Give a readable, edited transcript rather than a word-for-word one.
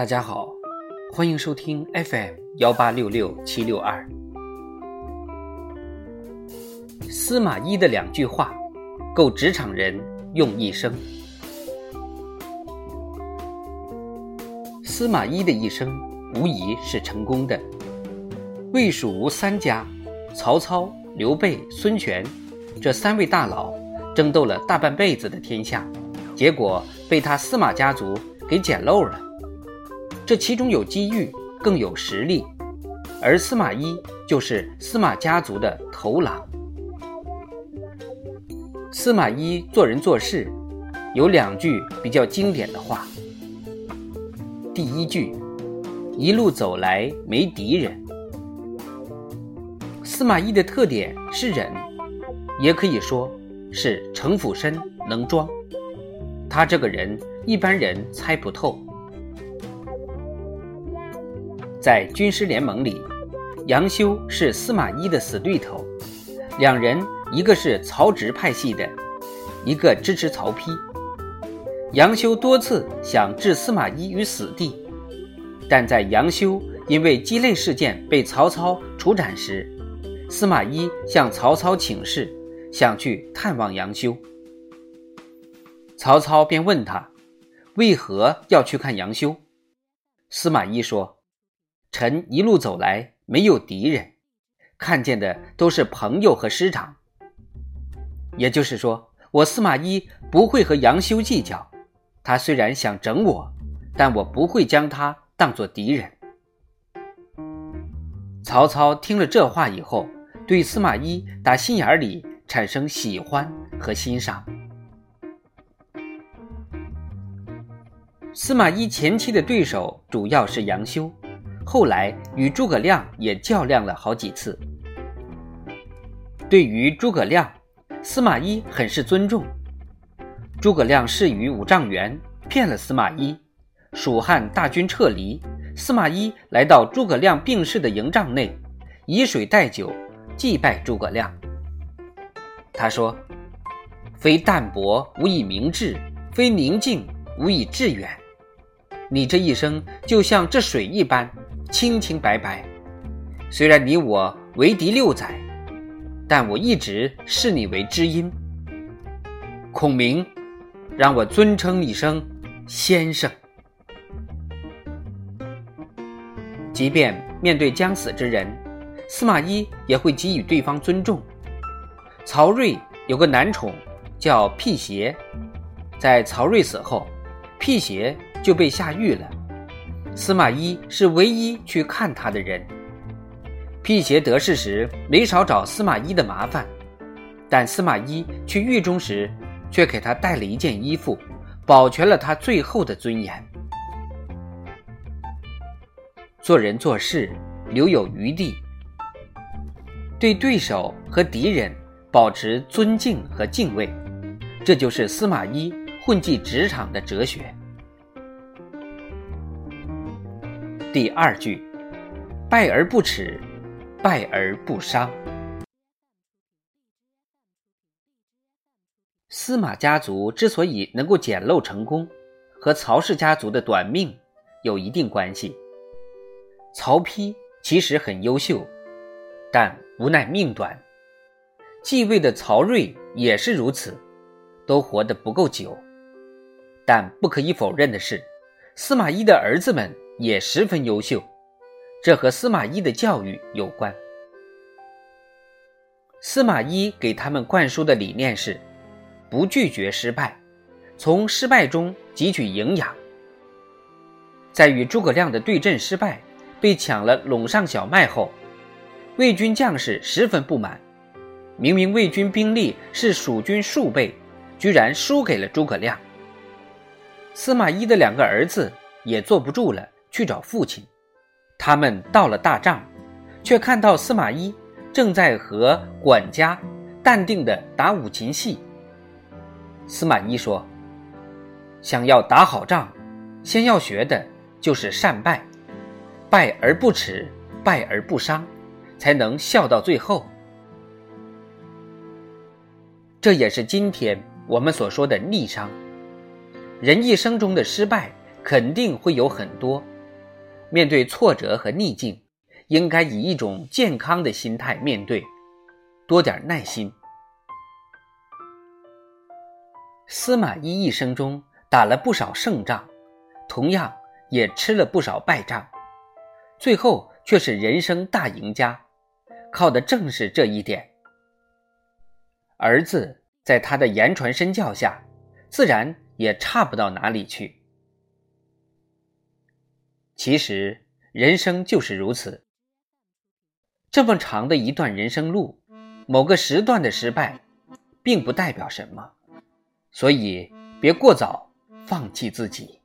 大家好，欢迎收听 FM1866762。司马懿的2句话，够职场人用一生。司马懿的一生无疑是成功的。魏蜀吴3家，曹操、刘备、孙权这3位大佬争斗了大半辈子的天下，结果被他司马家族给捡漏了。这其中有机遇，更有实力，而司马懿就是司马家族的头狼。司马懿做人做事有2句比较经典的话。第1句，一路走来没敌人。司马懿的特点是忍，也可以说是城府深能装。他这个人一般人猜不透。在军师联盟里，杨修是司马懿的死对头，2人一个是曹植派系的，一个支持曹丕。杨修多次想置司马懿于死地，但在杨修因为鸡肋事件被曹操处斩时，司马懿向曹操请示，想去探望杨修。曹操便问他为何要去看杨修。司马懿说，臣一路走来没有敌人，看见的都是朋友和师长。也就是说，我司马懿不会和杨修计较，他虽然想整我，但我不会将他当作敌人。曹操听了这话以后，对司马懿打心眼里产生喜欢和欣赏。司马懿前期的对手主要是杨修，后来与诸葛亮也较量了好几次。对于诸葛亮，司马懿很是尊重。诸葛亮誓于5丈原，骗了司马懿，蜀汉大军撤离，司马懿来到诸葛亮病逝的营帐内，以水代酒，祭拜诸葛亮。他说，非淡泊无以明志，非宁静无以致远。你这一生就像这水一般清清白白，虽然你我为敌6载，但我一直视你为知音。孔明让我尊称一声先生。即便面对将死之人，司马懿也会给予对方尊重。曹睿有个男宠叫辟邪，在曹睿死后，辟邪就被下狱了，司马懿是唯一去看他的人。辟邪得势时没少找司马懿的麻烦，但司马懿去狱中时却给他带了一件衣服，保全了他最后的尊严。做人做事留有余地，对对手和敌人保持尊敬和敬畏，这就是司马懿混迹职场的哲学。第2句，败而不耻，败而不伤。司马家族之所以能够捡漏成功，和曹氏家族的短命有一定关系。曹丕其实很优秀，但无奈命短。继位的曹睿也是如此，都活得不够久。但不可以否认的是，司马懿的儿子们也十分优秀，这和司马懿的教育有关。司马懿给他们灌输的理念是不拒绝失败，从失败中汲取营养。在与诸葛亮的对阵失败，被抢了陇上小麦后，魏军将士十分不满，明明魏军兵力是蜀军数倍，居然输给了诸葛亮。司马懿的2个儿子也坐不住了，去找父亲。他们到了大帐，却看到司马懿正在和管家淡定地打五禽戏。司马懿说，想要打好仗，先要学的就是善败，败而不耻，败而不伤，才能笑到最后。这也是今天我们所说的逆商。人一生中的失败肯定会有很多， 面对挫折和逆境，应该以一种健康的心态面对，多点耐心。司马懿一生中打了不少胜仗，同样也吃了不少败仗，最后却是人生大赢家，靠的正是这一点。儿子在他的言传身教下，自然也差不到哪里去。其实人生就是如此，这么长的一段人生路，某个时段的失败并不代表什么，所以别过早放弃自己。